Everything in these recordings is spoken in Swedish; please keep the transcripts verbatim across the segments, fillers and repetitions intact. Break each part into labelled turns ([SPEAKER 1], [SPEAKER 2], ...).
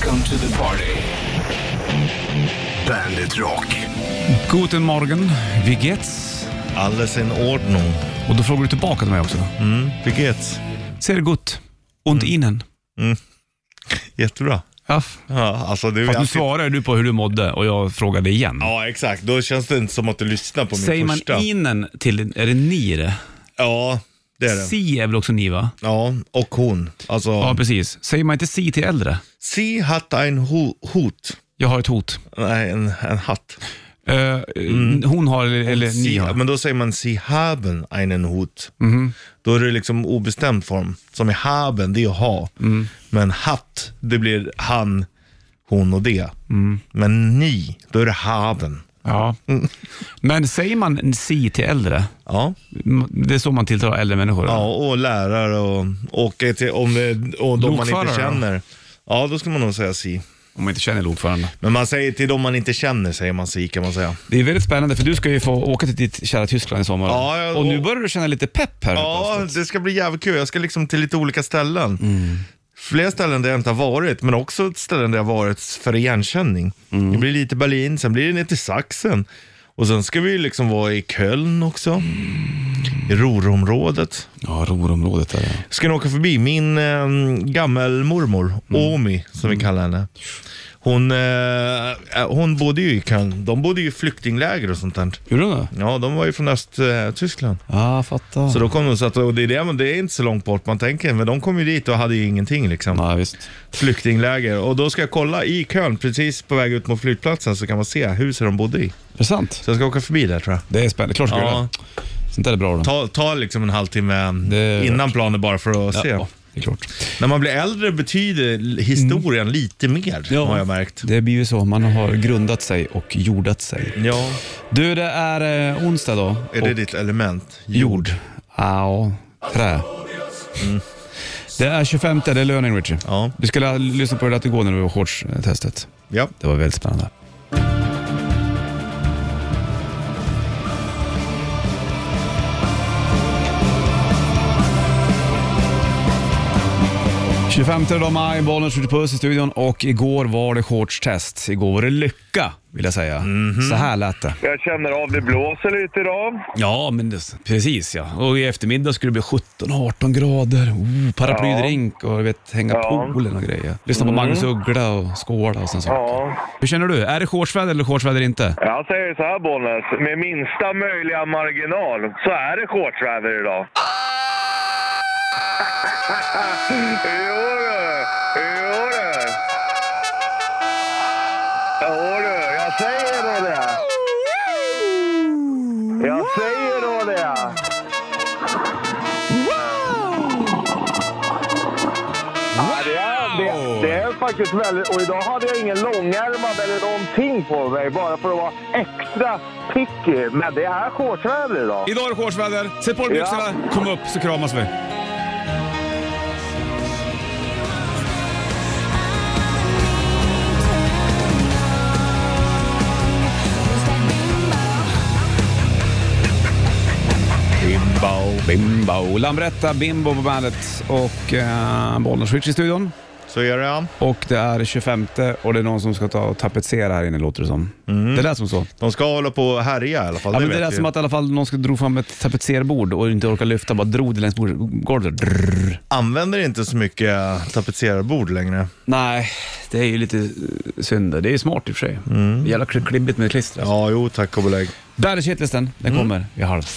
[SPEAKER 1] Welcome to the party. Bandit Rock.
[SPEAKER 2] Guten Morgen, wie geht's?
[SPEAKER 3] Alles in Ordnung.
[SPEAKER 2] Och då frågar du tillbaka till mig också.
[SPEAKER 3] Mm, wie geht's?
[SPEAKER 2] Ser gut. Und mm. Ihnen?
[SPEAKER 3] Mm. Jättebra.
[SPEAKER 2] Ja.
[SPEAKER 3] Ja, alltså det
[SPEAKER 2] Fast nu
[SPEAKER 3] alltid...
[SPEAKER 2] svarar du på hur du mådde och jag frågade igen.
[SPEAKER 3] Ja, exakt. Då känns det inte som att du lyssnar på min
[SPEAKER 2] Säger
[SPEAKER 3] första.
[SPEAKER 2] man Ihnen till, är det ni det?
[SPEAKER 3] Ja, det är det.
[SPEAKER 2] Si är väl också ni, va?
[SPEAKER 3] Ja, och hon. Alltså...
[SPEAKER 2] Ja, precis. Säger man inte si till äldre?
[SPEAKER 3] Si hat ein ho- hot.
[SPEAKER 2] Jag har ett hot.
[SPEAKER 3] Nej, en, en hatt.
[SPEAKER 2] Uh, mm. Hon har, eller, eller
[SPEAKER 3] si,
[SPEAKER 2] ni har.
[SPEAKER 3] Men då säger man si haben einen hot.
[SPEAKER 2] Mm.
[SPEAKER 3] Då är det liksom obestämd form. Som i haben, det är att ha. Mm. Men hatt, det blir han, hon och det. Mm. Men ni, då är det haben.
[SPEAKER 2] Ja. Mm. Men säger man si till äldre?
[SPEAKER 3] Ja.
[SPEAKER 2] Det är så man tilltalar äldre människor?
[SPEAKER 3] Ja, och lärare och, och, till, om det, och de man inte känner. Ja, då ska man nog säga si.
[SPEAKER 2] Om man inte känner lokförarna.
[SPEAKER 3] Men man säger till dem man inte känner, säger man si, kan man säga.
[SPEAKER 2] Det är väldigt spännande, för du ska ju få åka till ditt kära Tyskland i sommar.
[SPEAKER 3] Ja, jag, och,
[SPEAKER 2] och nu börjar du känna lite pepp här.
[SPEAKER 3] Ja, det ska bli jävligt kul. Jag ska liksom till lite olika ställen. Mm. Flera ställen där jag inte har varit, men också ställen där jag har varit för igenkänning. Mm. Det blir lite Berlin, sen blir det ner till Sachsen. Och sen ska vi liksom vara i Köln också. Mm. I Ruhrområdet.
[SPEAKER 2] Ja, Ruhrområdet är det.
[SPEAKER 3] Ska ni åka förbi min eh, gammelmormor, mm. Omi, som mm. vi kallar henne. Hon, eh, hon bodde ju i Köln. De bodde ju i flyktingläger och sånt där.
[SPEAKER 2] Gjorde de det?
[SPEAKER 3] Ja, de var ju från Öst-Tyskland.
[SPEAKER 2] Ja, ah, fattar.
[SPEAKER 3] Så då kom de så att, och det är, det, men det är inte så långt bort man tänker. Men de kom ju dit och hade ju ingenting liksom.
[SPEAKER 2] Ja, visst.
[SPEAKER 3] Flyktingläger. Och då ska jag kolla i Köln, precis på väg ut mot flygplatsen, så kan man se huset de bodde i.
[SPEAKER 2] Det är sant.
[SPEAKER 3] Så jag ska åka förbi där, tror jag.
[SPEAKER 2] Det är spännande, klart ska ja. göra det. Sånt där är bra då.
[SPEAKER 3] Ta, ta liksom en halvtimme det... innan planen bara för att ja, se.
[SPEAKER 2] Ja, det är klart.
[SPEAKER 3] När man blir äldre betyder historien mm. lite mer, ja. har jag märkt.
[SPEAKER 2] Det blir ju så, man har grundat sig och jordat sig.
[SPEAKER 3] Ja.
[SPEAKER 2] Du, det är eh, onsdag då.
[SPEAKER 3] Är det ditt element?
[SPEAKER 2] Jord. Ja, trä. Mm. Det är tjugofemte, det är löning, Richie.
[SPEAKER 3] Ja.
[SPEAKER 2] Du skulle lyssna på det att det går när du var shorts-testet.
[SPEAKER 3] Ja.
[SPEAKER 2] Det var väldigt spännande. tjugofemte dag maj, bollen skjuter puss i studion, och igår var det shortstest. Igår var det lycka, vill jag säga. Mm-hmm. Så här lät det.
[SPEAKER 4] Jag känner av det blåser lite idag.
[SPEAKER 2] Ja, men det, precis ja. Och i eftermiddag skulle det bli sjutton arton grader. Oh, paraplydrink ja. och vet, hänga ja. poolen och grejer. Lyssna mm. på Magnus Uggla och skåla och sånt saker. Ja. Hur känner du? Är det shortsväder eller shortsväder inte?
[SPEAKER 4] Jag säger så här, Bollnäs. Med minsta möjliga marginal så är det shortsväder idag. Jo du, jo du. Jo du, jag säger då det. Jag säger då det. Ja, det, är, det, det är faktiskt väldigt... Och idag hade jag ingen långärmad eller någonting på mig, bara för att vara extra picky. Men det är shortsväder idag.
[SPEAKER 2] Idag är det shortsväder. Sätt på dig byxorna, ja. Kom upp så kramas vi. Bimbo, Bimbo. Lambretta, Bimbo på bandet och uh, Bollen Switch i studion.
[SPEAKER 3] Så gör jag.
[SPEAKER 2] Och det är tjugofemte och det är någon som ska ta och tapetsera här inne, låter det som. Mm. Det lät som så.
[SPEAKER 3] De ska hålla på och härja i alla fall.
[SPEAKER 2] Ja,
[SPEAKER 3] det
[SPEAKER 2] men det lät som att i alla fall någon ska dro fram ett tapetserbord och inte orkar lyfta, bara drog det längs golvet.
[SPEAKER 3] Använder inte så mycket tapetserbord längre.
[SPEAKER 2] Nej, det är ju lite synd. Det är smart i och för sig. Mm. Jävla klibbigt med klister.
[SPEAKER 3] Alltså. Ja, jo, tack och belägg.
[SPEAKER 2] Där är shitlisten, den mm. kommer i halv.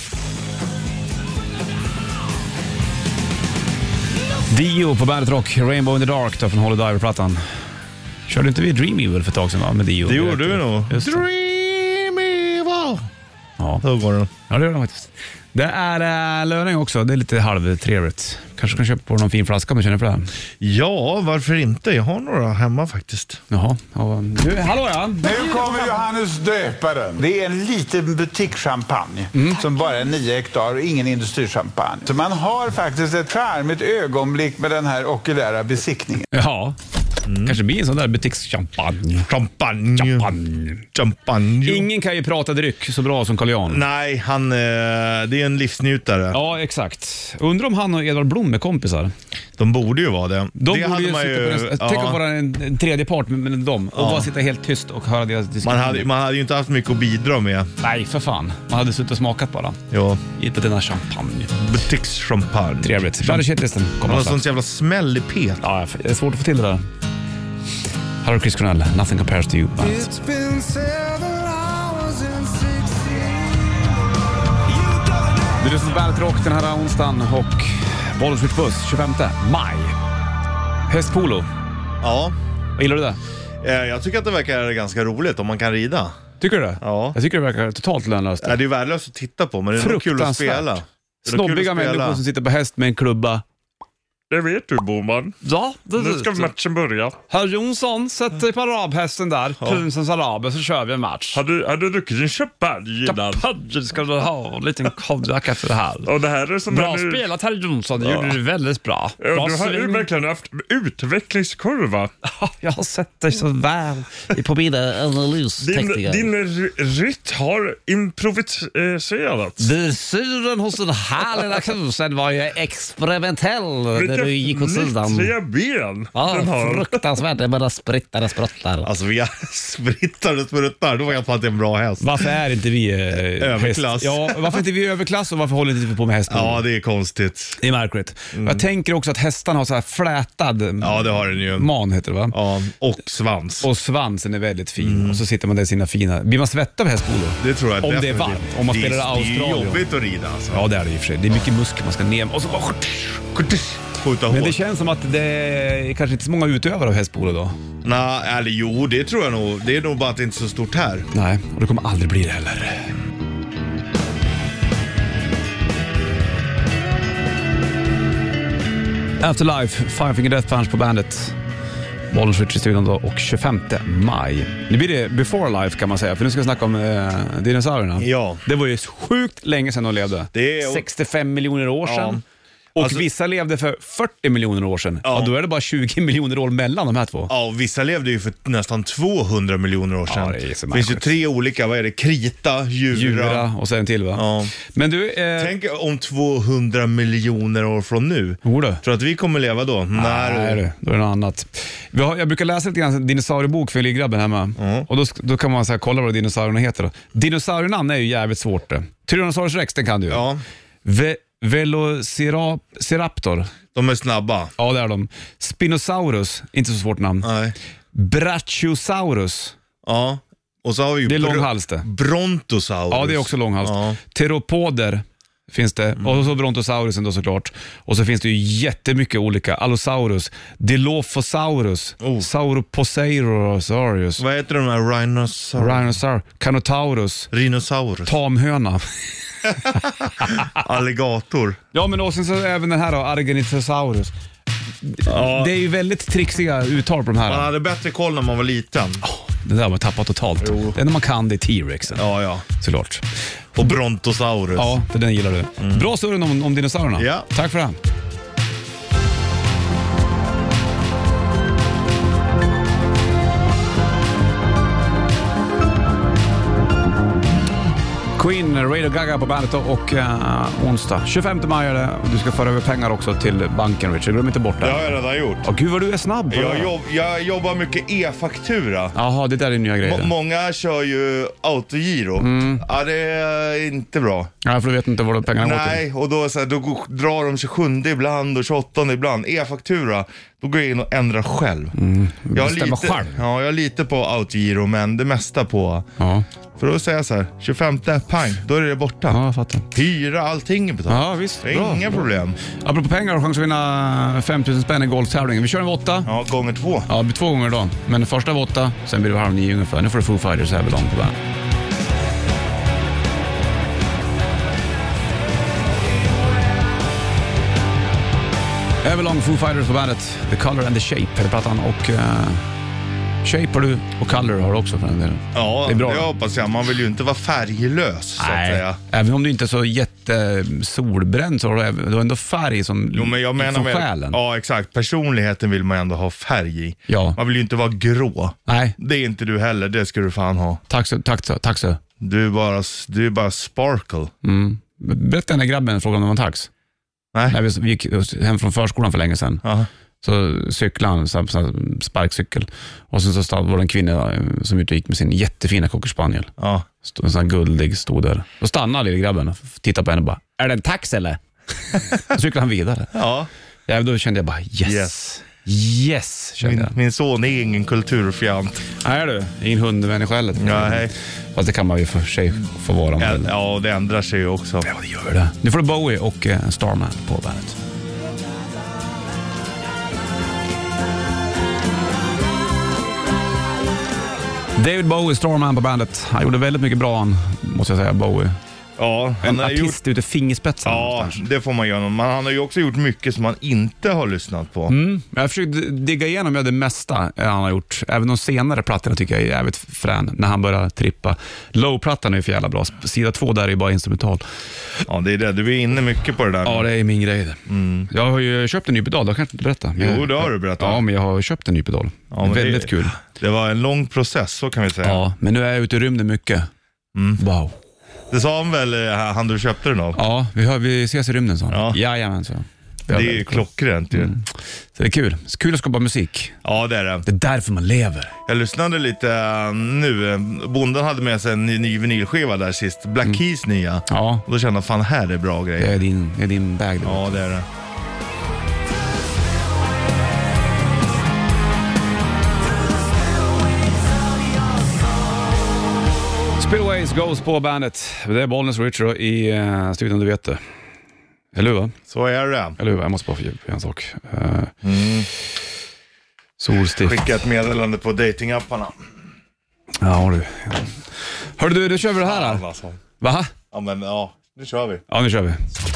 [SPEAKER 2] Dio på Bandet Rock, Rainbow in the Dark då, från Holy Diver-plattan. Körde inte vi Dream Evil för ett tag sedan, va? Med Dio.
[SPEAKER 3] Det gjorde vi nog.
[SPEAKER 2] Dream Evil! Ja.
[SPEAKER 3] Då går det.
[SPEAKER 2] Ja, det gör det faktiskt. Det är äh, löning också, det är lite halvtrevligt. Kanske kan köpa på någon fin flaska, men känner för det.
[SPEAKER 3] Ja, varför inte? Jag har några hemma faktiskt.
[SPEAKER 2] Jaha. Ja, nu, hallå ja.
[SPEAKER 5] Nu kommer Johannes Döparen. Det är en liten butikchampagne mm. som bara är nio hektar och ingen industrichampagne. Så man har faktiskt ett charmigt ögonblick med den här okulära besiktningen.
[SPEAKER 2] Ja. Mm. Kanske blir en sån där butikschampagne.
[SPEAKER 3] Champagne.
[SPEAKER 2] Champagne.
[SPEAKER 3] Champagne.
[SPEAKER 2] Ingen kan ju prata dryck så bra som Carl Jan.
[SPEAKER 3] Nej, han, eh, det är en livsnjutare.
[SPEAKER 2] Ja, exakt. Undrar om han och Edvard Blom är kompisar.
[SPEAKER 3] De borde ju vara det.
[SPEAKER 2] De
[SPEAKER 3] det
[SPEAKER 2] borde
[SPEAKER 3] hade
[SPEAKER 2] ju
[SPEAKER 3] man
[SPEAKER 2] sitta
[SPEAKER 3] ju,
[SPEAKER 2] på den,
[SPEAKER 3] ja.
[SPEAKER 2] tänk att vara en, en tredje part med, med dem och
[SPEAKER 3] Ja.
[SPEAKER 2] bara sitta helt tyst och höra deras diskussioner.
[SPEAKER 3] man, hade, man hade ju inte haft mycket att bidra med.
[SPEAKER 2] Nej, för fan. Man hade suttit och smakat bara.
[SPEAKER 3] Ja.
[SPEAKER 2] Inte denna champagne.
[SPEAKER 3] Butikschampagne.
[SPEAKER 2] Trevligt. Bandet Shitlisten
[SPEAKER 3] Han
[SPEAKER 2] kommer
[SPEAKER 3] har
[SPEAKER 2] strax.
[SPEAKER 3] sånt jävla smäll i pet.
[SPEAKER 2] Ja, det är svårt att få till det där. Här har Chris Cornell, Nothing Compares to You. Du lyssnar på Bandet Rock den här onsdagen och Bollswitch Buss tjugofemte maj. Hästpolo.
[SPEAKER 3] Ja.
[SPEAKER 2] Vad gillar du det?
[SPEAKER 3] Eh, Jag tycker att det verkar ganska roligt om man kan rida.
[SPEAKER 2] Tycker du det?
[SPEAKER 3] Ja.
[SPEAKER 2] Jag tycker det verkar totalt lönlöst.
[SPEAKER 3] Ja, det är värdelöst att titta på, men det är nog kul att spela. Det är nog kul
[SPEAKER 2] Snobbiga
[SPEAKER 3] att spela.
[SPEAKER 2] människor som sitter på häst med en klubba.
[SPEAKER 3] Det vet du, Boman.
[SPEAKER 2] Ja, det,
[SPEAKER 3] Nu ska matchen börja.
[SPEAKER 2] Herr Jonsson, sätt dig på arabhästen där. Ja. Prinsens araber, så kör vi en match.
[SPEAKER 3] Har du, har du druckit en champagne innan?
[SPEAKER 2] Champagne ska du ha. En liten konjak efter det här.
[SPEAKER 3] Och det här är som
[SPEAKER 2] Bra
[SPEAKER 3] nu...
[SPEAKER 2] spelat, herr Jonsson. Det
[SPEAKER 3] Ja.
[SPEAKER 2] gjorde du väldigt bra.
[SPEAKER 3] Ja,
[SPEAKER 2] bra
[SPEAKER 3] du har ju
[SPEAKER 2] sving.
[SPEAKER 3] verkligen haft utvecklingskurva.
[SPEAKER 2] Jag har sett dig så väl på mina analystekniker.
[SPEAKER 3] Din, din rytt har improviserat.
[SPEAKER 2] Dressyren hos den här lilla kusen var ju experimentell när du gick åt sidan.
[SPEAKER 3] Tre ben.
[SPEAKER 2] Ja,
[SPEAKER 3] den har.
[SPEAKER 2] fruktansvärt. Det bara sprittade spruttar.
[SPEAKER 3] Alltså vi har sprittar och spruttar. Då var jag på att det är en bra häst.
[SPEAKER 2] Varför är inte vi eh,
[SPEAKER 3] Överklass.
[SPEAKER 2] Häst? Ja, varför är inte vi överklass och varför håller inte vi på med hästen?
[SPEAKER 3] Ja, det är konstigt.
[SPEAKER 2] Det är märkligt. Jag tänker också att hästarna har så här flätad
[SPEAKER 3] Ja, det har den ju.
[SPEAKER 2] man heter det va?
[SPEAKER 3] Ja, och svans.
[SPEAKER 2] Och svansen är väldigt fin. Och så sitter man där i sina fina... Blir man svettad av hästpolo?
[SPEAKER 3] Det tror jag
[SPEAKER 2] Om det är
[SPEAKER 3] definitivt.
[SPEAKER 2] varmt. Om man
[SPEAKER 3] det,
[SPEAKER 2] spelar i Australien.
[SPEAKER 3] Det är jobbigt att rida alltså.
[SPEAKER 2] Ja, det är det i och för sig. Det är mycket muskler man ska ner och så bara...
[SPEAKER 3] Skjuta
[SPEAKER 2] Men
[SPEAKER 3] hårt.
[SPEAKER 2] det känns som att det är kanske inte så många utövare av hästpolo då.
[SPEAKER 3] Nej, eller jo, det tror jag nog. Det är nog bara att det inte är så stort här.
[SPEAKER 2] Nej, och det kommer aldrig bli det heller. Afterlife, Five Finger Death Punch på bandet. Bollswitch i studion då och tjugofemte maj. Nu blir det before life kan man säga, för nu ska vi snacka om eh, dinosaurierna.
[SPEAKER 3] Ja.
[SPEAKER 2] Det var ju sjukt länge sedan de levde.
[SPEAKER 3] Det är-
[SPEAKER 2] sextiofem miljoner år sedan.
[SPEAKER 3] Ja.
[SPEAKER 2] Och
[SPEAKER 3] Alltså-
[SPEAKER 2] vissa levde för fyrtio miljoner år sedan. Ja.
[SPEAKER 3] Ja.
[SPEAKER 2] Då är det bara tjugo miljoner år mellan de här två.
[SPEAKER 3] Ja, och vissa levde ju för nästan tvåhundra miljoner år sedan.
[SPEAKER 2] det är så
[SPEAKER 3] det finns ju
[SPEAKER 2] märkligt.
[SPEAKER 3] tre olika, vad är det? Krita, djura.
[SPEAKER 2] Djura och sen till va?
[SPEAKER 3] Ja.
[SPEAKER 2] Men du... Eh,
[SPEAKER 3] Tänk om tvåhundra miljoner år från nu.
[SPEAKER 2] Jodå.
[SPEAKER 3] Tror du att vi kommer leva då?
[SPEAKER 2] Nej, du, då är det något annat. Vi har, jag brukar läsa lite grann en dinosauriebok för grabben hemma.
[SPEAKER 3] Mm.
[SPEAKER 2] Och då, då kan man så här, kolla vad dinosaurierna heter. Då. Dinosaurienamn är ju jävligt svårt. Det. Tyrannosaurus rex, den kan du ju.
[SPEAKER 3] Ja,
[SPEAKER 2] Ve, Velociraptor.
[SPEAKER 3] de är snabba.
[SPEAKER 2] Ja, det är de. Spinosaurus, inte så svårt namn.
[SPEAKER 3] Nej.
[SPEAKER 2] Brachiosaurus.
[SPEAKER 3] Ja. Och så har vi ju
[SPEAKER 2] Det är
[SPEAKER 3] bro-
[SPEAKER 2] långhals det.
[SPEAKER 3] Brontosaurus.
[SPEAKER 2] Ja, det är också långhals.
[SPEAKER 3] Ja.
[SPEAKER 2] Theropoder finns det.
[SPEAKER 3] Mm.
[SPEAKER 2] Och så brontosaurusen då såklart. Och så finns det ju jättemycket olika. Allosaurus, Dilophosaurus,
[SPEAKER 3] Oh.
[SPEAKER 2] Sauroposeidrosaurus,
[SPEAKER 3] Vad heter de här rhinosaurus?
[SPEAKER 2] Rhinosaur, Canotaurus,
[SPEAKER 3] Rhinosaurus.
[SPEAKER 2] tamhöna.
[SPEAKER 3] Alligator.
[SPEAKER 2] Ja, men och sen så även den här då, Argentinosaurus.
[SPEAKER 3] Ja.
[SPEAKER 2] Det är ju väldigt trixiga uttal på de
[SPEAKER 3] Man
[SPEAKER 2] här.
[SPEAKER 3] hade bättre koll när man var liten.
[SPEAKER 2] Det där har man tappat totalt.
[SPEAKER 3] Jo.
[SPEAKER 2] Det enda man kan det är T-rexen,
[SPEAKER 3] Ja, ja.
[SPEAKER 2] såklart.
[SPEAKER 3] Och Brontosaurus.
[SPEAKER 2] Ja, för den gillar du. Bra story om, om dinosaurierna.
[SPEAKER 3] Ja.
[SPEAKER 2] Tack för det. Queen, Radio Gaga på bandet då, och uh, onsdag tjugofemte maj är det. Och du ska föra över pengar också till banken, Richard. Glöm inte bort det.
[SPEAKER 3] Det har jag redan gjort.
[SPEAKER 2] Åh, gud vad du är snabb på det.
[SPEAKER 3] Jag, jobb, jag jobbar mycket e-faktura.
[SPEAKER 2] Jaha, det där är nya grejer.
[SPEAKER 3] Må- många kör ju autogiro. Ja, det är inte bra.
[SPEAKER 2] Ja, för du vet inte vad pengarna går till.
[SPEAKER 3] Nej, och då, så här, då går, drar de tjugosjunde ibland och tjugoåttonde ibland. E-faktura, då går jag in och ändrar själv. jag, har
[SPEAKER 2] bestämmer
[SPEAKER 3] lite,
[SPEAKER 2] själv.
[SPEAKER 3] ja, jag har lite på autogiro, men det mesta på...
[SPEAKER 2] Ja,
[SPEAKER 3] För då säger jag så här, tjugofemte pang, då är det borta.
[SPEAKER 2] ja jag fattar.
[SPEAKER 3] Hyra, allting är betalt.
[SPEAKER 2] Ja, visst.
[SPEAKER 3] Det är
[SPEAKER 2] Bra.
[SPEAKER 3] inga problem.
[SPEAKER 2] Apropå pengar och chans att vinna fem tusen spänn i golftävlingen. Vi kör en åtta.
[SPEAKER 3] Ja, gånger två.
[SPEAKER 2] Ja, det blir två gånger då. Men den första var åtta, sen blir det halv nio ungefär. Nu får du Foo Fighters här långt på bandet. Everlong, Foo Fighters på bandet. The Color and the Shape heter plattan och uh, Shape har du och Color har du också för den delen.
[SPEAKER 3] Ja,
[SPEAKER 2] det är bra.
[SPEAKER 3] Det hoppas jag. Man vill ju inte vara färglös, så
[SPEAKER 2] Nej.
[SPEAKER 3] att säga.
[SPEAKER 2] Även om du inte är så jättesolbränd så har du, du har ändå färg som
[SPEAKER 3] Jo, men jag menar
[SPEAKER 2] från
[SPEAKER 3] med,
[SPEAKER 2] själen.
[SPEAKER 3] ja, exakt. Personligheten vill man ändå ha färg i.
[SPEAKER 2] Ja.
[SPEAKER 3] Man vill ju inte vara grå.
[SPEAKER 2] Nej,
[SPEAKER 3] Det är inte du heller, det ska du fan ha.
[SPEAKER 2] tack så, tack så, tack så.
[SPEAKER 3] Du är bara, du är bara sparkle.
[SPEAKER 2] Mm. Berätta den här grabben frågan om det var en tax.
[SPEAKER 3] Nej.
[SPEAKER 2] När vi vi gick hem från förskolan för länge sedan.
[SPEAKER 3] Aha.
[SPEAKER 2] Så cyklade han, så, så, sparkcykel. Och sen så stod, var det en kvinna som ute och gick med sin jättefina cocker spaniel.
[SPEAKER 3] Ja.
[SPEAKER 2] Stod, en sån här guldig stod där. Då stannade lilla grabben och tittade på henne och bara, är det en tax eller? Så cyklade han vidare.
[SPEAKER 3] Ja.
[SPEAKER 2] Ja, då kände jag bara, yes.
[SPEAKER 3] Yes.
[SPEAKER 2] Yes, kände
[SPEAKER 3] Min,
[SPEAKER 2] jag.
[SPEAKER 3] min son är ingen kulturfjant.
[SPEAKER 2] Nej du, ingen hundmänniska heller.
[SPEAKER 3] Ja, hej.
[SPEAKER 2] Fast det kan man ju för sig få vara.
[SPEAKER 3] Ja,
[SPEAKER 2] Med.
[SPEAKER 3] ja, det ändrar sig ju också.
[SPEAKER 2] Ja, det gör det. Nu får du Bowie och uh, Starman på bandet. David Bowie, Starman på bandet. Han gjorde väldigt mycket bra, han, måste jag säga, Bowie.
[SPEAKER 3] Ja,
[SPEAKER 2] En
[SPEAKER 3] han har
[SPEAKER 2] artist
[SPEAKER 3] gjort...
[SPEAKER 2] ute i fingerspetsen.
[SPEAKER 3] Ja, det får man göra. Men han har ju också gjort mycket som han inte har lyssnat på.
[SPEAKER 2] Mm. Jag försökte digga igenom det mesta han har gjort. Även de senare plattorna tycker jag är jävligt frän. När han börjar trippa. Low-plattan är ju för jävla bra. Sida två där är ju bara instrumental.
[SPEAKER 3] Ja, det är det. Du är inne mycket på det där.
[SPEAKER 2] Ja, det är min grej.
[SPEAKER 3] Mm.
[SPEAKER 2] Jag har ju köpt en ny pedal, det kan jag inte berätta. Men
[SPEAKER 3] Jo, det har du berättat.
[SPEAKER 2] Ja, men jag har köpt en ny pedal.
[SPEAKER 3] Ja, men
[SPEAKER 2] väldigt
[SPEAKER 3] det,
[SPEAKER 2] kul.
[SPEAKER 3] Det var en lång process, så kan vi säga.
[SPEAKER 2] Ja, men nu är jag ute i rymden mycket.
[SPEAKER 3] Mm.
[SPEAKER 2] Wow.
[SPEAKER 3] Det sa han väl, han du köpte den av?
[SPEAKER 2] Ja, vi, hör, vi ses i rymden, så.
[SPEAKER 3] Ja.
[SPEAKER 2] Jajamän, så.
[SPEAKER 3] Det är ju klockrent ju.
[SPEAKER 2] Mm. Så det är kul. Det är kul att skapa musik.
[SPEAKER 3] Ja, det är det.
[SPEAKER 2] Det är därför man lever.
[SPEAKER 3] Jag lyssnade lite uh, nu. Bonden hade med sig en ny, ny vinylskiva där sist. Black mm. Keys nya.
[SPEAKER 2] Ja.
[SPEAKER 3] Och då kände jag, fan, här är bra grejer.
[SPEAKER 2] Det är din, det är din bag. Det
[SPEAKER 3] ja, det är det.
[SPEAKER 2] Spillways Goes på bandet. Det är Bollnäs Richard i uh, studion, du vet det. Eller hur, va?
[SPEAKER 3] Så är det.
[SPEAKER 2] Eller hur? Jag måste bara fördjupa en sak. Uh,
[SPEAKER 3] mm.
[SPEAKER 2] Solstift.
[SPEAKER 3] Skicka ett meddelande på datingapparna.
[SPEAKER 2] Ja, du. Hörru du, då kör vi det här.
[SPEAKER 3] Ja, alltså.
[SPEAKER 2] Va?
[SPEAKER 3] Ja, men ja, nu kör vi.
[SPEAKER 2] Ja, nu kör vi.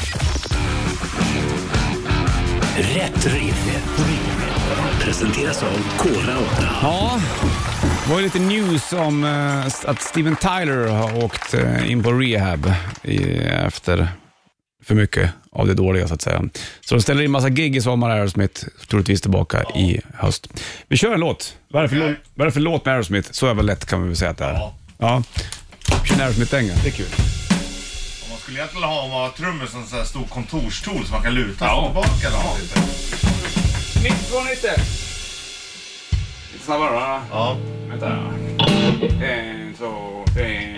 [SPEAKER 1] Rätt riff. Presenteras av Kora åtta.
[SPEAKER 2] Ja, det var lite news om uh, att Steven Tyler har åkt uh, in på rehab i, efter för mycket av det dåliga, så att säga. Så de ställer in massa gig i sommar, Aerosmith, troligtvis tillbaka ja. i höst. Vi kör en låt. Vad är det för, okay. låt, vad är det för låt med Aerosmith? Så är väl lätt, kan vi väl säga att det är. Ja. Ja. Vi kör en Aerosmith-dänga, det är kul.
[SPEAKER 3] Om man skulle egentligen ha, om man har trummor som en sån här stor kontorstol så man kan luta ja. tillbaka. Ja.
[SPEAKER 2] nittio nittio. Lite snabbare då.
[SPEAKER 3] Ja.
[SPEAKER 2] Vänta. En, två, tre.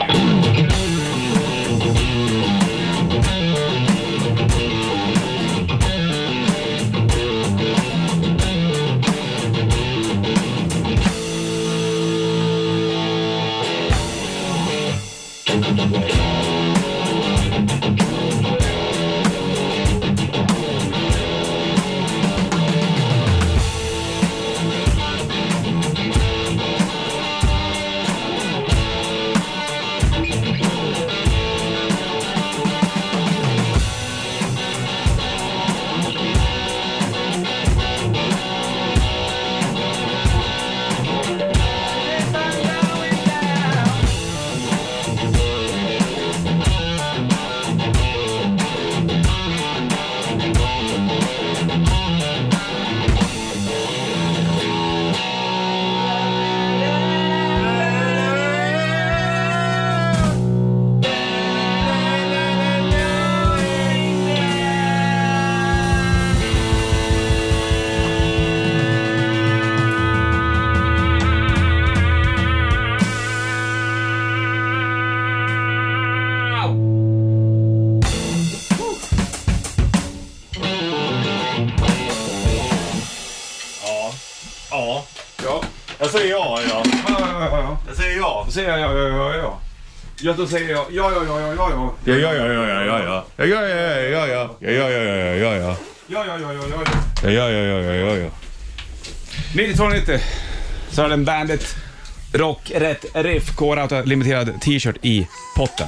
[SPEAKER 3] Jag säger ja, ja.
[SPEAKER 2] Ja, ja, ja, ja.
[SPEAKER 3] Jag säger ja.
[SPEAKER 2] Då säger jag ja, ja, ja, ja. Ja, då säger jag ja, ja, ja, ja, ja, ja.
[SPEAKER 3] Ja, ja, ja, ja, ja, ja. Ja, ja, ja, ja, ja. Ja, ja, ja, ja, ja, ja.
[SPEAKER 2] Ja, ja, ja, ja, ja.
[SPEAKER 3] Ja, ja, ja, ja, ja, ja.
[SPEAKER 2] nittiotvå nittio. Så är det en Bandit Rock Rätt Riff Kora limiterad t-shirt i potten.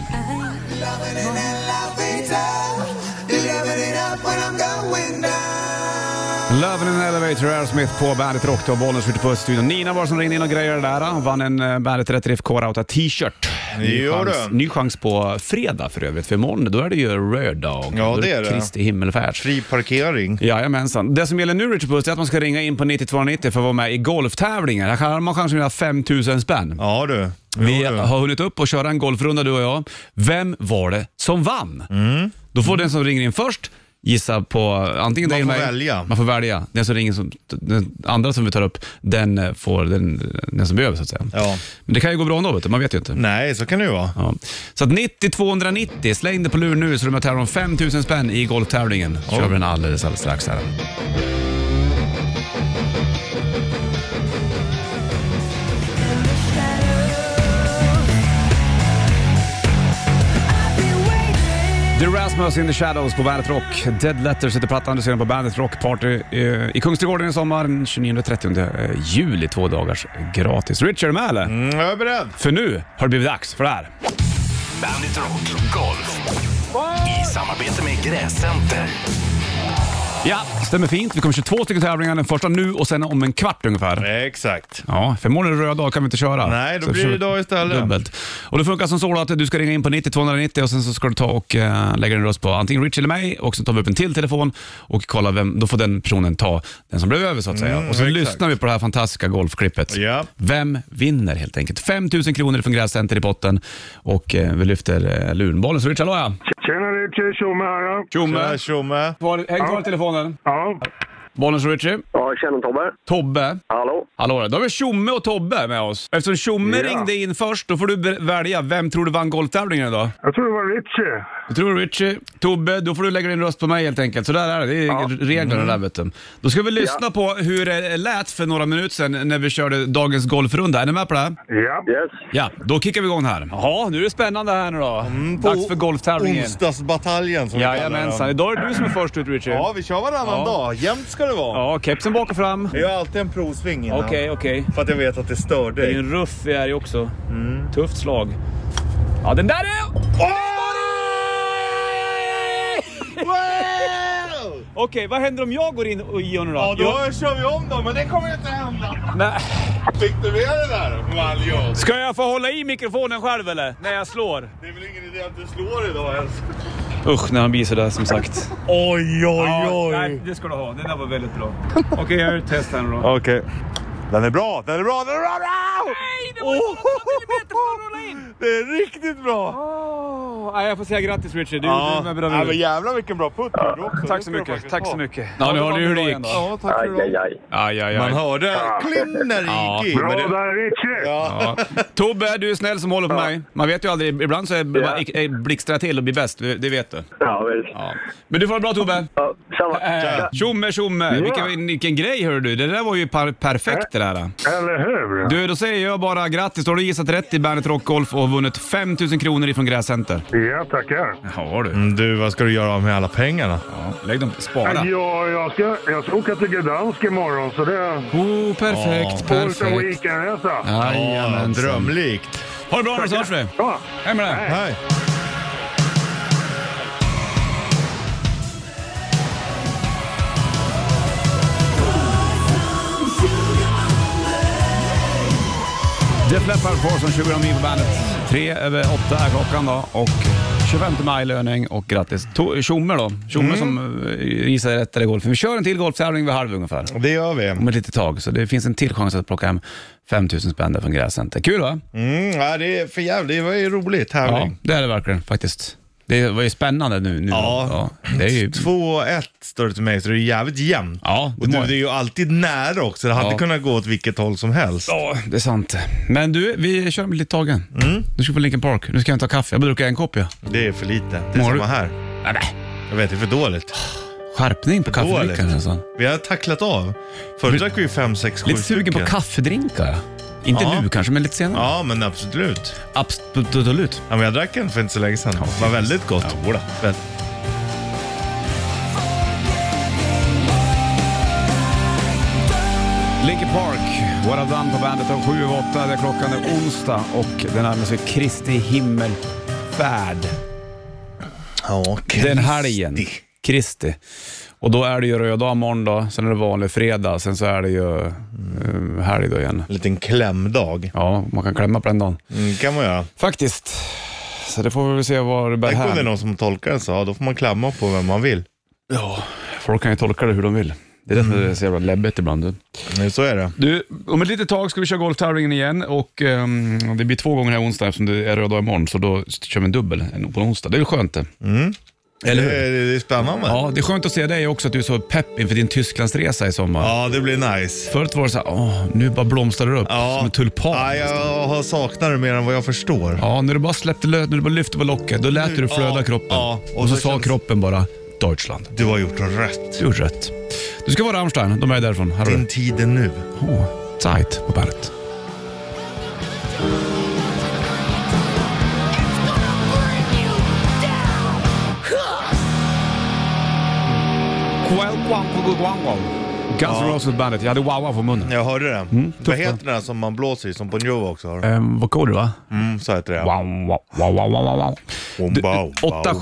[SPEAKER 2] Love in an Elevator, Aerosmith på Bandet Rock och Bollnäs ute på studion. Nina var som ringde in och grejade det där. Vann en Bandet Rätt Riff K-Rauta t-shirt. Ny
[SPEAKER 3] Jo,
[SPEAKER 2] chans, ny chans på fredag för övrigt. För imorgon, då är det ju röd dag.
[SPEAKER 3] Ja, det är det.
[SPEAKER 2] Kristi himmelfärd.
[SPEAKER 3] Fri parkering.
[SPEAKER 2] Jajamensan. Det som gäller nu, Richard Puss, är att man ska ringa in på nittio nittio för att vara med i golftävlingar. Här kan man kanske vinna fem tusen spänn.
[SPEAKER 3] Ja du. Jo,
[SPEAKER 2] Vi
[SPEAKER 3] du.
[SPEAKER 2] har hunnit upp och köra en golfrunda, du och jag. Vem var det som vann?
[SPEAKER 3] Mm.
[SPEAKER 2] Då får den som ringer in först gissa på antingen
[SPEAKER 3] Man
[SPEAKER 2] dig
[SPEAKER 3] får
[SPEAKER 2] eller mig.
[SPEAKER 3] välja.
[SPEAKER 2] Man får välja. Den som ringer som, den andra som vi tar upp, den får den, den som behöver så att säga.
[SPEAKER 3] Ja.
[SPEAKER 2] Men det kan ju gå bra ändå, vet du. Man vet ju inte.
[SPEAKER 3] Nej, så kan det ju vara.
[SPEAKER 2] Ja. Så att nittio tvåhundranittio, släng det på lur nu så de tävlar om fem tusen spänn i golftävlingen. Så kör vi den alldeles, alldeles strax här. The Rasmus in the Shadows på Bandet Rock. Dead Letters heter plattan, du ser den på Bandet Rock Party eh, i Kungsträdgården i sommar den tjugonionde och trettionde juli, två dagars gratis. Richard, är med eller?
[SPEAKER 3] Mm, jag är beredd.
[SPEAKER 2] För nu har det blivit dags för det här.
[SPEAKER 1] Bandet Rock Golf. I samarbete med Gräscenter.
[SPEAKER 2] Ja, stämmer fint. Vi kommer köra två stycken tävlingar, den första nu och sen om en kvart ungefär.
[SPEAKER 3] Exakt.
[SPEAKER 2] Ja, för imorgon är det röd dag, kan vi inte köra.
[SPEAKER 3] Nej, då
[SPEAKER 2] Så
[SPEAKER 3] blir
[SPEAKER 2] kör
[SPEAKER 3] det
[SPEAKER 2] vi
[SPEAKER 3] idag istället.
[SPEAKER 2] Dubbelt. Och det funkar som så att du ska ringa in på nittio tvåhundranittio och sen så ska du ta och uh, lägga en röst på antingen Rich eller mig och så tar vi upp en till telefon och kollar vem, då får den personen ta den som blev över så att säga.
[SPEAKER 3] Mm,
[SPEAKER 2] och så
[SPEAKER 3] exakt.
[SPEAKER 2] lyssnar vi på det här fantastiska golfklippet.
[SPEAKER 3] Ja.
[SPEAKER 2] Vem vinner helt enkelt? fem tusen kronor från Gräscenter i potten och uh, vi lyfter uh, lurenbollen. Så Rich, hallå ja.
[SPEAKER 4] Tjena Richie, Tjomme här ja.
[SPEAKER 2] Tjomme.
[SPEAKER 3] Tja, tjomme.
[SPEAKER 2] Var- Häng kvar i telefonen.
[SPEAKER 4] Ja.
[SPEAKER 2] Bollnäs och Richie.
[SPEAKER 4] Ja, tjena Tobbe.
[SPEAKER 2] Tobbe.
[SPEAKER 4] Hallå?
[SPEAKER 2] Hallå, då har vi Tjomme och Tobbe med oss. Eftersom Tjomme
[SPEAKER 4] Ja.
[SPEAKER 2] ringde in först, då får du be- välja vem tror du vann golftävlingen idag.
[SPEAKER 4] Jag tror det var Richie.
[SPEAKER 2] Jag tror Richie. Tobbe, då får du lägga din röst på mig helt enkelt. Så där är det, det är
[SPEAKER 4] Ja.
[SPEAKER 2] reglerna där vet du. Då ska vi lyssna på hur det lät för några minuter sedan när vi körde dagens golfrunda. Är ni med på det här?
[SPEAKER 4] Ja. Yes.
[SPEAKER 2] Ja, då kickar vi igång här. Jaha, nu är det spännande här nu då. Dags för golftävlingen.
[SPEAKER 3] Onsdagsbataljen som vi kallar
[SPEAKER 2] Jajamensan,
[SPEAKER 3] den.
[SPEAKER 2] idag är det du som är först ut Richie.
[SPEAKER 3] Ja, vi kör varannan
[SPEAKER 2] Ja.
[SPEAKER 3] dag. Jämt ska det vara.
[SPEAKER 2] Ja, kepsen bak och fram.
[SPEAKER 3] Det är alltid en provsving innan.
[SPEAKER 2] Okej, okej.
[SPEAKER 3] För att jag vet att det stör
[SPEAKER 2] Det är
[SPEAKER 3] dig.
[SPEAKER 2] en ruff vi är i också. Tufft slag. Ja, den där är...
[SPEAKER 3] Wow!
[SPEAKER 2] Okej, vad händer om jag går in och gör nu då?
[SPEAKER 3] Ja, då
[SPEAKER 2] Jag-
[SPEAKER 3] kör vi om då, men det kommer inte hända.
[SPEAKER 2] Nej.
[SPEAKER 3] Fick du med det där, Maljo?
[SPEAKER 2] Ska jag få hålla i mikrofonen själv eller? När jag slår?
[SPEAKER 3] Det är väl ingen idé att du slår idag ens?
[SPEAKER 2] Usch, när han blir sådär som sagt.
[SPEAKER 3] Oj, oj,
[SPEAKER 2] Ja,
[SPEAKER 3] oj.
[SPEAKER 2] nej, det ska du ha. Den där var väldigt bra. Okej, jag gör ett test här nu då.
[SPEAKER 3] Okej. Den är bra, den är bra, den är bra!
[SPEAKER 2] Nej, det var ju åtta millimeter från att rulla in!
[SPEAKER 3] Det är riktigt bra!
[SPEAKER 2] Oh, nej, jag får säga grattis Richard. Du,
[SPEAKER 3] Ja,
[SPEAKER 2] du är med bra
[SPEAKER 3] ja,
[SPEAKER 2] nu.
[SPEAKER 3] men jävlar vilken bra putt du gjorde också.
[SPEAKER 2] Tack
[SPEAKER 3] Det
[SPEAKER 2] så
[SPEAKER 3] ska du
[SPEAKER 2] mycket,
[SPEAKER 3] faktiskt
[SPEAKER 2] tack
[SPEAKER 3] ha.
[SPEAKER 2] så mycket. Ja, nu har du hur det gick.
[SPEAKER 3] Ja, tack för
[SPEAKER 4] Aj, aj,
[SPEAKER 3] det.
[SPEAKER 4] aj.
[SPEAKER 2] Aj, aj,
[SPEAKER 3] Man
[SPEAKER 2] aj.
[SPEAKER 3] hörde kling när det
[SPEAKER 2] Ja.
[SPEAKER 3] gick in.
[SPEAKER 4] Bra
[SPEAKER 3] men det-
[SPEAKER 4] där Richie.
[SPEAKER 3] Ja.
[SPEAKER 2] Ja. Tobbe, du är snäll som håller på mig. Man vet ju aldrig, ibland så är det bara
[SPEAKER 4] Ja.
[SPEAKER 2] eh, blixtrar till och blir bäst, det det vet du.
[SPEAKER 4] Ja, visst.
[SPEAKER 2] Ja. Men du får det bra Tobbe.
[SPEAKER 4] Ja, samma.
[SPEAKER 2] Eh, Tjomme, tjomme. Vilken, vilken grej hör du. Det där var ju par, perfekt det där.
[SPEAKER 4] Eller hur?
[SPEAKER 2] Du, då säger jag bara grattis. Då har du gissat rätt i Bandet Rock Golf och vunnit fem tusen kronor ifrån Gräscenter.
[SPEAKER 4] Ja, tackar.
[SPEAKER 2] Ja du.
[SPEAKER 3] Mm, Du, vad ska du göra av med alla pengarna?
[SPEAKER 2] Ja, lägg dem, spara.
[SPEAKER 4] Ja, jag ska, jag ska åka till Gdansk imorgon så det
[SPEAKER 2] Oh, perfekt,
[SPEAKER 4] får lite
[SPEAKER 2] perfekt.
[SPEAKER 4] weekendresa.
[SPEAKER 2] Jajamensan.
[SPEAKER 3] Drömlikt.
[SPEAKER 2] Ha det bra nu så hörs vi.
[SPEAKER 4] Ja.
[SPEAKER 2] Hej med dig.
[SPEAKER 3] Hej.
[SPEAKER 2] Def Leppard på som tjugo mil på bandet. Tre över åtta är klockan då och tjugofemte maj löning och grattis. To- Tjomme då. Tjomme som uh, gissar rätt i golfen. Vi kör en till golftävling vid halv ungefär.
[SPEAKER 3] Det gör vi.
[SPEAKER 2] Om ett litet tag. Så det finns en till chans att plocka hem fem tusen spänn där från Gräscenter. Kul va?
[SPEAKER 3] Mm, ja, det är för jävligt. Det var ju roligt.
[SPEAKER 2] Ja,
[SPEAKER 3] Tävling.
[SPEAKER 2] det är det verkligen faktiskt. Det var ju spännande nu. nu.
[SPEAKER 3] Ja.
[SPEAKER 2] Det är ju...
[SPEAKER 3] två ett står det till mig, så det är jävligt jämnt.
[SPEAKER 2] Ja,
[SPEAKER 3] Och
[SPEAKER 2] det,
[SPEAKER 3] du,
[SPEAKER 2] må...
[SPEAKER 3] det är ju alltid nära också. Det hade
[SPEAKER 2] Ja.
[SPEAKER 3] kunnat gå åt vilket håll som helst.
[SPEAKER 2] ja, det är sant. Men du, vi kör med lite tagen.
[SPEAKER 3] Mm.
[SPEAKER 2] Nu ska vi på Linkin Park. Nu ska jag ta kaffe. Jag brukar en kopp ja.
[SPEAKER 3] Det är för lite. Det är
[SPEAKER 2] Mår
[SPEAKER 3] samma
[SPEAKER 2] du-
[SPEAKER 3] här.
[SPEAKER 2] Nej, nej.
[SPEAKER 3] Jag vet, det är för dåligt.
[SPEAKER 2] Skärpning på
[SPEAKER 3] Dåligt.
[SPEAKER 2] kaffedrickan alltså.
[SPEAKER 3] Vi har tacklat av. Förut drack vi ju fem, sex, sju
[SPEAKER 2] Lite sugen på
[SPEAKER 3] stycken.
[SPEAKER 2] kaffedrinkar. Ja. Inte
[SPEAKER 3] Ja.
[SPEAKER 2] nu kanske, men lite senare.
[SPEAKER 3] Ja, men absolut.
[SPEAKER 2] Absolut.
[SPEAKER 3] Ja, men jag drack en för inte så länge sedan. Det var väldigt gott.
[SPEAKER 2] Ja,
[SPEAKER 3] Väl-
[SPEAKER 2] Linkin Park, What I've Done på bandet om sju över åtta. Det är klockan är onsdag och det närmar sig Kristi himmelfärd.
[SPEAKER 3] Ja,
[SPEAKER 2] Den helgen. Kristi. Och då är det ju röd dag måndag, sen är det vanlig fredag, sen så är det ju mm. uh, helg då igen.
[SPEAKER 3] En liten klämdag.
[SPEAKER 2] Ja, man kan klämma på den dagen.
[SPEAKER 3] Mm, kan man göra.
[SPEAKER 2] Faktiskt. Så det får vi se vad det bär här.
[SPEAKER 3] Tänk om det är någon som tolkar den så, då får man klämma på vem man vill.
[SPEAKER 2] Ja, folk kan ju tolka det hur de vill. Det är det som mm. är så jävla läbbigt ibland. Du.
[SPEAKER 3] Nej, så är det.
[SPEAKER 2] Du, om ett litet tag ska vi köra golftävlingen igen och um, det blir två gånger här onsdag eftersom det är röd dag imorgon, så då kör vi en dubbel på onsdag. Det är ju skönt det.
[SPEAKER 3] Mm. Eller hur? Det, är, det är spännande.
[SPEAKER 2] Ja, det är skönt att se dig också, att du är så pepp inför din Tysklandsresa i sommar.
[SPEAKER 3] Ja, det blir nice.
[SPEAKER 2] Förut var det så här, åh, nu bara blomstrar det upp ja. som en tulpan.
[SPEAKER 3] Ja, jag har saknat det mer än vad jag förstår.
[SPEAKER 2] Ja, när du bara släppte löt, när du bara lyfte på locket, då lät du flöda ja, kroppen. Ja, och, och så, så sa känns... kroppen bara, Deutschland.
[SPEAKER 3] Du har gjort rätt.
[SPEAKER 2] Du har gjort rätt. Du ska vara Rammstein, de är därifrån. Här
[SPEAKER 3] Din tid är nu.
[SPEAKER 2] Åh, oh, tight på bandet. Guns N' Roses bandet. Jag hade wow på munnen.
[SPEAKER 3] Jag hörde det. Mm, vad heter den som man blåser i, som på Njuva också har?
[SPEAKER 2] Um, Vocoder va?
[SPEAKER 3] Mm, så heter det.
[SPEAKER 2] Wow, wow, wow, wow, wow, wow. åtta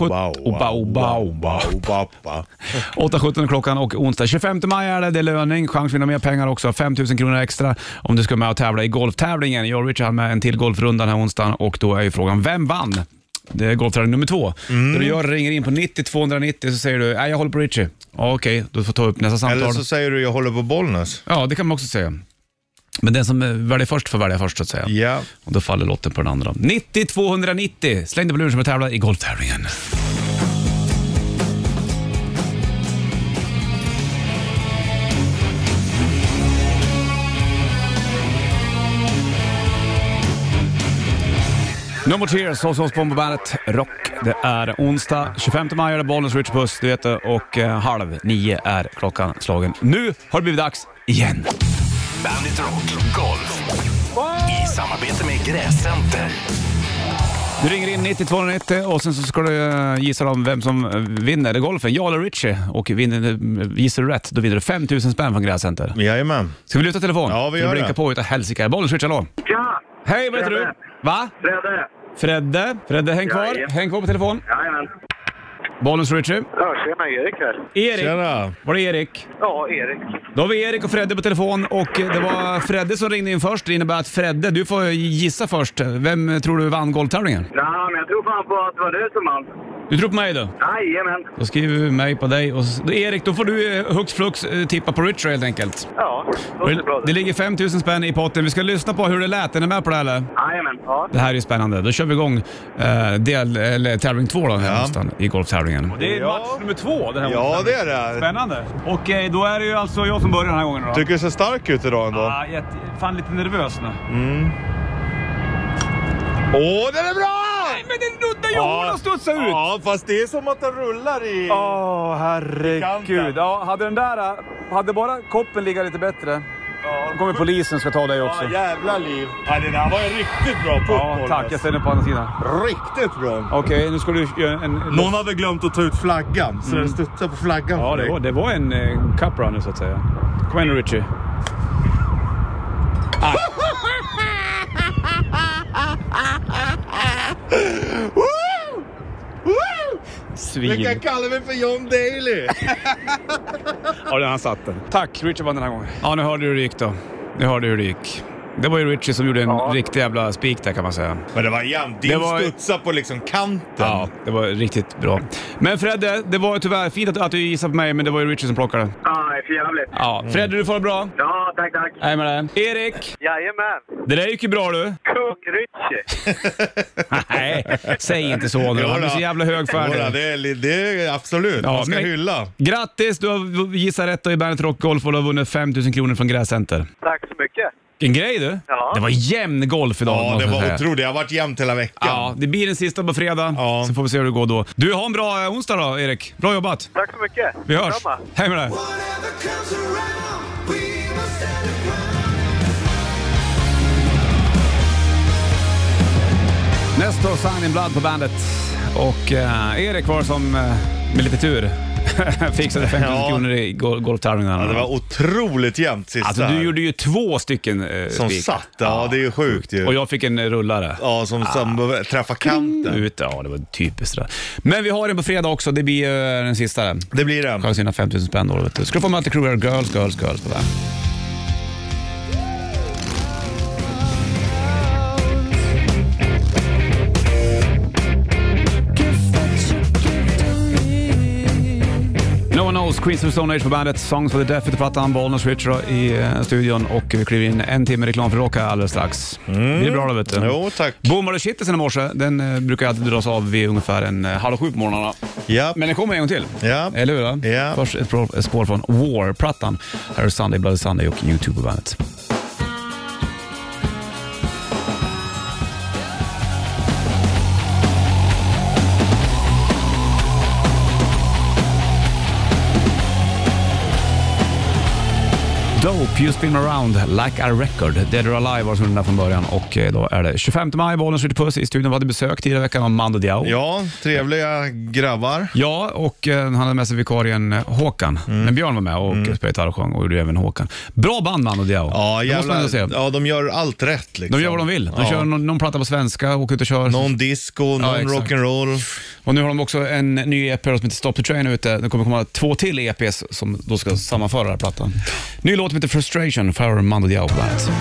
[SPEAKER 2] sjutton klockan och onsdag tjugofemte maj är det. Det är löning. Chans att vinna mer pengar också. fem tusen kronor extra om du ska med och tävla i golftävlingen. Jag och Richard har med en till golfrundan här onsdagen och då är ju frågan, vem vann? Det är golftävling nummer två. Mm. Då du gör, ringer in på nittio tvåhundranittio så säger du, nej jag håller på Richie. Ja, okej, då får ta upp nästa samtal.
[SPEAKER 3] Eller så säger du, jag håller på Bollnäs.
[SPEAKER 2] Ja, det kan man också säga. Men den som väljer först får välja först så att säga.
[SPEAKER 3] Ja. Yeah.
[SPEAKER 2] Och då faller lotten på den andra. nittio tvåhundranittio, släng dig på luren som att tävla i golftävlingen. No More Tears, hos oss på bandet Rock. Det är onsdag tjugofemte maj, är det Bollnäs, Rich Puss, du vet det, och eh, halv nio är klockan slagen. Nu har det blivit dags igen.
[SPEAKER 1] Bandit Rock Golf i samarbete med Gräscenter.
[SPEAKER 2] Du ringer in nittio tvåhundranittio och sen så ska du uh, gissa om vem som vinner det golfen, jag eller Richie. Och vinner, gissar du rätt, då vinner du fem tusen spänn från Gräscenter.
[SPEAKER 3] Jajamän.
[SPEAKER 2] Ska vi lyfta telefon?
[SPEAKER 3] Ja, vi gör det.
[SPEAKER 2] Brinka på utav helsike. Bollnäs, Richie, hallå.
[SPEAKER 4] Ja.
[SPEAKER 2] Hej, vad heter du? Va?
[SPEAKER 4] Fredde.
[SPEAKER 2] Fredde. Fredde, häng kvar.
[SPEAKER 4] Ja, ja.
[SPEAKER 2] Häng kvar på telefon.
[SPEAKER 4] Jajamän.
[SPEAKER 2] Bollnäs, Richie.
[SPEAKER 4] Ja, tjena, Erik här.
[SPEAKER 2] Erik.
[SPEAKER 3] Tjena.
[SPEAKER 2] Var det Erik?
[SPEAKER 4] Ja, Erik.
[SPEAKER 2] Då har vi Erik och Fredde på telefon och det var Fredde som ringde in först. Det innebär att Fredde, du får gissa först. Vem tror du vann golftävlingen?
[SPEAKER 4] Ja, men jag tror fan på att det var du som vann.
[SPEAKER 2] Du tror på mig då?
[SPEAKER 4] Jajamän.
[SPEAKER 2] Då skriver vi mig på dig. Och Erik, då får du hux flux tippa på Richard helt enkelt.
[SPEAKER 4] Ja,
[SPEAKER 2] det, det ligger fem tusen spänn i potten. Vi ska lyssna på hur det lät. Är ni med på det här, eller?
[SPEAKER 4] Jajamän, ja.
[SPEAKER 2] Det här är spännande. Då kör vi igång eh, del, eller tävling två då, ja. i golftävlingen. Det är match nummer två den här
[SPEAKER 3] Ja,
[SPEAKER 2] månaden.
[SPEAKER 3] det är det.
[SPEAKER 2] Spännande. Okej, då är det ju alltså jag som börjar den här gången då.
[SPEAKER 3] Tycker du ser stark ut idag ändå?
[SPEAKER 2] Ja, jag är fan lite nervös nu.
[SPEAKER 3] Mm. Åh, den är bra!
[SPEAKER 2] Nej, men den nuddar ju hål och studsar ut.
[SPEAKER 3] Ja, fast det är som att den rullar i...
[SPEAKER 2] Åh, herregud. Ja, hade den där... Hade bara koppen ligga lite bättre. Ja. Då kommer polisen och ska ta dig också.
[SPEAKER 3] Ja, jävla liv. Ja, det där var en riktigt bra puck.
[SPEAKER 2] Ja, tack. Jag ställer på andra sidan.
[SPEAKER 3] Riktigt bra.
[SPEAKER 2] Okej, okay, nu ska du göra en...
[SPEAKER 3] Någon hade glömt att ta ut flaggan, så mm. den studsar på flaggan.
[SPEAKER 2] Ja, det var, det var en eh, cup runner så att säga. Kom igen, Richie. Ah. Svin.
[SPEAKER 3] Du kan kalla mig för John Daly.
[SPEAKER 2] Ja, den har satt den. Tack, Richie vann den här gången. Ja, nu hörde du hur det gick då. Nu hörde du hur det gick. Det var ju Richie som gjorde en ja. riktig jävla spik där kan man säga.
[SPEAKER 3] Men det var jämnt. Din var... studsade på liksom kanten.
[SPEAKER 2] Ja, det var riktigt bra. Men Fredde, det var tyvärr fint att, att du gissade på mig, men det var ju Richie som plockade.
[SPEAKER 4] Ja, det är för jävligt.
[SPEAKER 2] Ja, Fredde, du får det bra.
[SPEAKER 4] Ja, tack, tack.
[SPEAKER 2] Hej med det. Erik.
[SPEAKER 4] Jajamän.
[SPEAKER 2] Det där gick ju bra du.
[SPEAKER 4] Cook Richie.
[SPEAKER 2] Nej, säg inte så nu. Han är så jävla högfärdig.
[SPEAKER 3] Ja, det, är, det är absolut. Ja, man ska hylla.
[SPEAKER 2] Grattis, du har gissat rätt i Bandet Rock Golf och du har vunnit fem tusen kronor från Gräscenter.
[SPEAKER 4] Tack så mycket.
[SPEAKER 2] En grej du.
[SPEAKER 4] Ja.
[SPEAKER 2] Det var jämn golf idag.
[SPEAKER 3] Ja, det var otroligt. Det har varit jämnt hela veckan.
[SPEAKER 2] Ja, det blir den sista på fredag.
[SPEAKER 3] Ja.
[SPEAKER 2] Så får vi se hur det går då. Du, har en bra onsdag då, Erik. Bra jobbat.
[SPEAKER 4] Tack så mycket.
[SPEAKER 2] Vi hörs. Samma. Hej med dig. Nästa år Sign in Blood på bandet. Och eh, Erik var som, eh, med lite tur, Fixade femtusen
[SPEAKER 3] Ja.
[SPEAKER 2] kronor i gol- golftävlingarna.
[SPEAKER 3] Ja, det var otroligt jämnt sista.
[SPEAKER 2] Alltså du
[SPEAKER 3] här.
[SPEAKER 2] gjorde ju två stycken eh,
[SPEAKER 3] Som
[SPEAKER 2] spik.
[SPEAKER 3] satt, ja, det är ju sjukt ju.
[SPEAKER 2] Och jag fick en rullare.
[SPEAKER 3] Ja, som, som träffar kanten.
[SPEAKER 2] Ut, ja, det var typiskt det där. Men vi har den på fredag också, det blir uh, den sista där.
[SPEAKER 3] Det blir det.
[SPEAKER 2] Chans vinna femtusen spänn då, vet du. Ska du få möta Kruger Girls, Girls, Girls på det. No One Knows, Queens of Stone Age på bandet, Songs for the Deaf, plattan, Bollnäs Richard i uh, studion och vi kliver in en timme reklam för rock här alldeles strax. Mm. Det är bra då, vet du.
[SPEAKER 3] Jo, tack.
[SPEAKER 2] Boomade shitlisten i morse, den uh, brukar alltid dras av vid ungefär en uh, halv sju på morgnarna.
[SPEAKER 3] Ja.
[SPEAKER 2] Men den kommer en gång till.
[SPEAKER 3] Ja.
[SPEAKER 2] Eller hur? Då?
[SPEAKER 3] Ja.
[SPEAKER 2] Först ett, pro- ett spår från War-plattan. Här är Sunday, Bloody Sunday och YouTube på bandet. Dope, You Spin Around Like a Record. Dead or Alive var som den från början. Och då är det tjugofemte maj, Bollnäs Ritchie Puss i studion. Vi hade besök tidigare veckan av Mando Diao.
[SPEAKER 3] Ja, trevliga grabbar.
[SPEAKER 2] Ja, och eh, han hade med sig vikarien eh, Håkan. Mm. Men Björn var med och mm. spelade gitarr och sjöng och gjorde även Håkan. Bra band, Mando Diao.
[SPEAKER 3] Ja, jävla, ja, de gör allt rätt liksom.
[SPEAKER 2] De gör vad de vill. De
[SPEAKER 3] ja.
[SPEAKER 2] kör någon, någon platta på svenska, åker ut och kör.
[SPEAKER 3] Någon disco, någon ja, rock'n'roll.
[SPEAKER 2] Och nu har de också en ny E P som heter Stop the Train ute. Det kommer komma två till E P:s som då ska sammanföra den här plattan. Ny låt som heter Frustration för Mando Diao på bandet.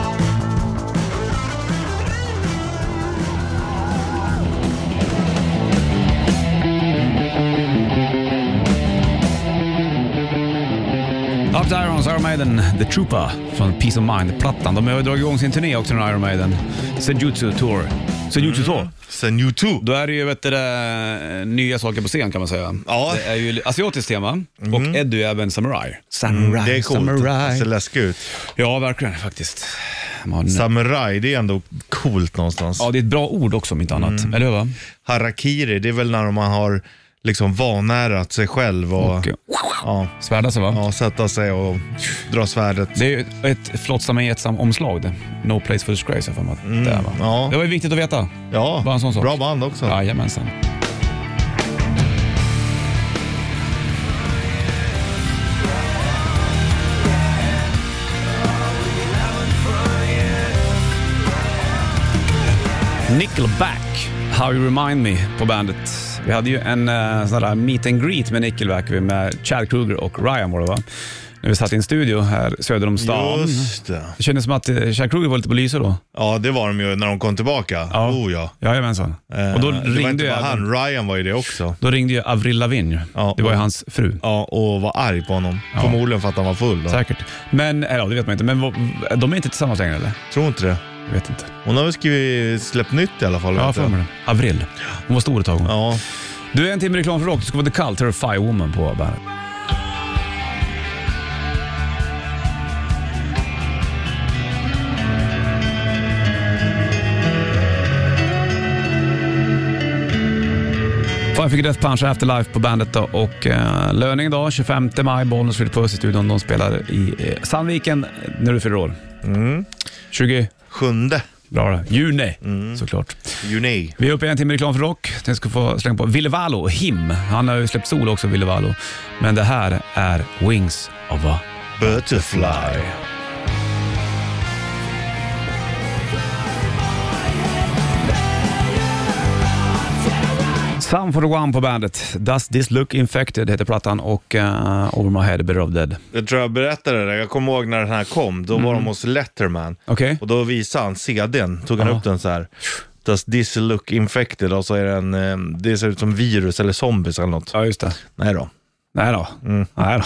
[SPEAKER 2] Up to Irons, Iron Maiden, The Trooper från Peace of Mind-plattan. De har ju dragit igång sin turné också, den Iron Maiden. Senjutsu Tour. Senjutsu Tour. Mm.
[SPEAKER 3] Senjutsu.
[SPEAKER 2] Då är det ju vet du, nya saker på scen kan man säga.
[SPEAKER 3] Ja.
[SPEAKER 2] Det är ju asiatiskt tema mm. och Eddie är även samurai.
[SPEAKER 3] Samurai, mm, det är coolt. Samurai. Det ser läskigt ut.
[SPEAKER 2] Ja, verkligen faktiskt.
[SPEAKER 3] Man... Samurai, det är ändå coolt någonstans.
[SPEAKER 2] Ja, det är ett bra ord också om inte annat. Mm. Eller hur va?
[SPEAKER 3] Harakiri, det är väl när man har liksom vanärat sig själv och, och ja,
[SPEAKER 2] svärda sig va?
[SPEAKER 3] Ja, sätta sig och dra svärdet.
[SPEAKER 2] Det är ju ett flott samma omslag det. No Place for Disgrace för mig. Mm, det, va?
[SPEAKER 3] Ja.
[SPEAKER 2] Det var ju viktigt att veta.
[SPEAKER 3] Ja,
[SPEAKER 2] bara en sån sak.
[SPEAKER 3] Bra band också.
[SPEAKER 2] Jajamensan. Nickelback, How You Remind Me på bandet. Vi hade ju en uh, sån där meet and greet med Nickelback med Chad Kruger och Ryan var det va? När vi satt i en studio här söder om stan.
[SPEAKER 3] Just det.
[SPEAKER 2] Det kändes som att uh, Chad Kruger var lite på lyser då.
[SPEAKER 3] Ja, det var de ju när de kom tillbaka.
[SPEAKER 2] Ja,
[SPEAKER 3] oh, ja.
[SPEAKER 2] Jajamensan.
[SPEAKER 3] Eh,
[SPEAKER 2] och då
[SPEAKER 3] det
[SPEAKER 2] ringde
[SPEAKER 3] var inte
[SPEAKER 2] ju
[SPEAKER 3] bara han, Ryan var ju det också.
[SPEAKER 2] Då ringde ju Avril Lavigne. Ja, det var ju hans fru.
[SPEAKER 3] Ja, och var arg på honom. Ja. Förmodligen för att han var full då.
[SPEAKER 2] Säkert. Men, ja det vet man inte. Men de är inte tillsammans längre eller?
[SPEAKER 3] Tror inte det.
[SPEAKER 2] Jag vet inte.
[SPEAKER 3] Hon har väl skrivit, släppt nytt i alla fall.
[SPEAKER 2] Ja, för mig det. Avril. Hon var stor ett tag.
[SPEAKER 3] Ja.
[SPEAKER 2] Du är en timme reklam för rock. Du ska vara The Cult, Terrify Woman på bandet. Five Finger Death Punch Afterlife på bandet då. Och eh, löning då, tjugofemte maj, Bollnäs Ritchie Puss i studion. De spelar i eh, Sandviken när du fyller år.
[SPEAKER 3] Mm.
[SPEAKER 2] tjugo
[SPEAKER 3] Sjunde.
[SPEAKER 2] Bra det. Juni, mm. såklart.
[SPEAKER 3] Juni.
[SPEAKER 2] Vi är uppe i en timme reklam för rock. Jag ska få slänga på Ville Valo och Him. Han har ju släppt solo också, Ville Valo. Men det här är Wings of a
[SPEAKER 3] Butterfly.
[SPEAKER 2] Some for the One på bandet. Does This Look Infected heter plattan och uh, Over My Head, Better of Dead.
[SPEAKER 3] Jag tror jag berättade det. Jag kommer ihåg när den här kom. Då mm. var de hos Letterman.
[SPEAKER 2] Okay.
[SPEAKER 3] Och då visade han C D:n. Tog han
[SPEAKER 2] Aha.
[SPEAKER 3] upp den så här. Does This Look Infected? Och så är det en, det ser ut som virus eller zombies eller något.
[SPEAKER 2] Ja, just det.
[SPEAKER 3] Nej då.
[SPEAKER 2] Nej då.
[SPEAKER 3] Mm.
[SPEAKER 2] Nej då.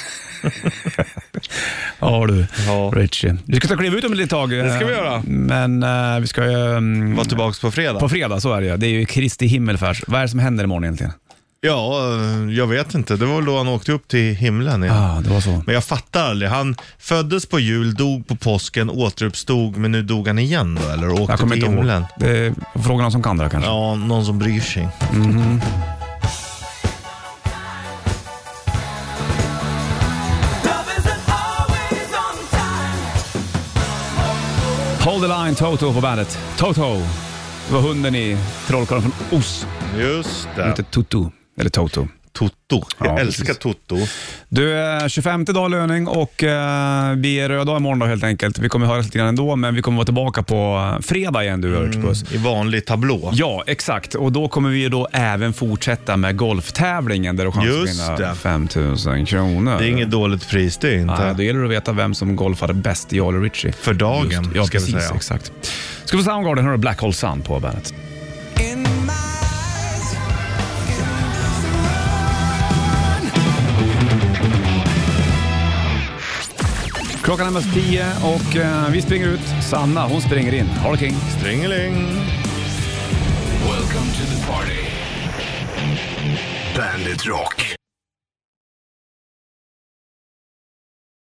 [SPEAKER 2] Ja du,
[SPEAKER 3] ja.
[SPEAKER 2] Richie. Vi ska ta kliva ut om ett litet tag.
[SPEAKER 3] Det ska vi göra.
[SPEAKER 2] Men uh, vi ska ju... Um,
[SPEAKER 3] vara tillbaka på fredag.
[SPEAKER 2] På fredag, så är det. Det är ju Kristi himmelfärds. Vad är det som händer imorgon egentligen?
[SPEAKER 3] Ja, jag vet inte. Det var väl då han åkte upp till himlen. Ja,
[SPEAKER 2] ah, det var så.
[SPEAKER 3] Men jag fattar aldrig. Han föddes på jul, dog på påsken, återuppstod, men nu dog han igen då? Eller åkte till himlen?
[SPEAKER 2] Ihåg. Det är frågan som kan det kanske.
[SPEAKER 3] Ja, någon som bryr sig.
[SPEAKER 2] Mhm. Hold the line, Toto på bandet. Toto. Det var hunden i Trollkarlen från Oz.
[SPEAKER 3] Just det.
[SPEAKER 2] Han heter Tutu. Eller Toto.
[SPEAKER 3] Toto. Jag
[SPEAKER 2] Ja,
[SPEAKER 3] älskar
[SPEAKER 2] precis.
[SPEAKER 3] Toto.
[SPEAKER 2] Du, är tjugofemte dag löning och eh, vi är röda imorgon då helt enkelt. Vi kommer höra lite grann ändå, men vi kommer vara tillbaka på fredag igen, du mm. Puss.
[SPEAKER 3] I vanlig tablå.
[SPEAKER 2] Ja, exakt. Och då kommer vi då även fortsätta med golftävlingen där du kan
[SPEAKER 3] Just
[SPEAKER 2] vinna
[SPEAKER 3] det.
[SPEAKER 2] fem tusen kronor.
[SPEAKER 3] Det är inget dåligt pris, det är inte.
[SPEAKER 2] Nej, då gäller det att veta vem som golfar bäst i Olly Ritchie.
[SPEAKER 3] För dagen,
[SPEAKER 2] Just, ja,
[SPEAKER 3] ska vi
[SPEAKER 2] precis,
[SPEAKER 3] säga.
[SPEAKER 2] exakt. Ska vi Soundgarden höra Black Hole Sun på bandet. Klockan är mest tio och eh, vi springer ut. Sanna, hon springer in. Ha det king.
[SPEAKER 3] Stringeling.
[SPEAKER 1] Welcome to the party. Bandit Rock.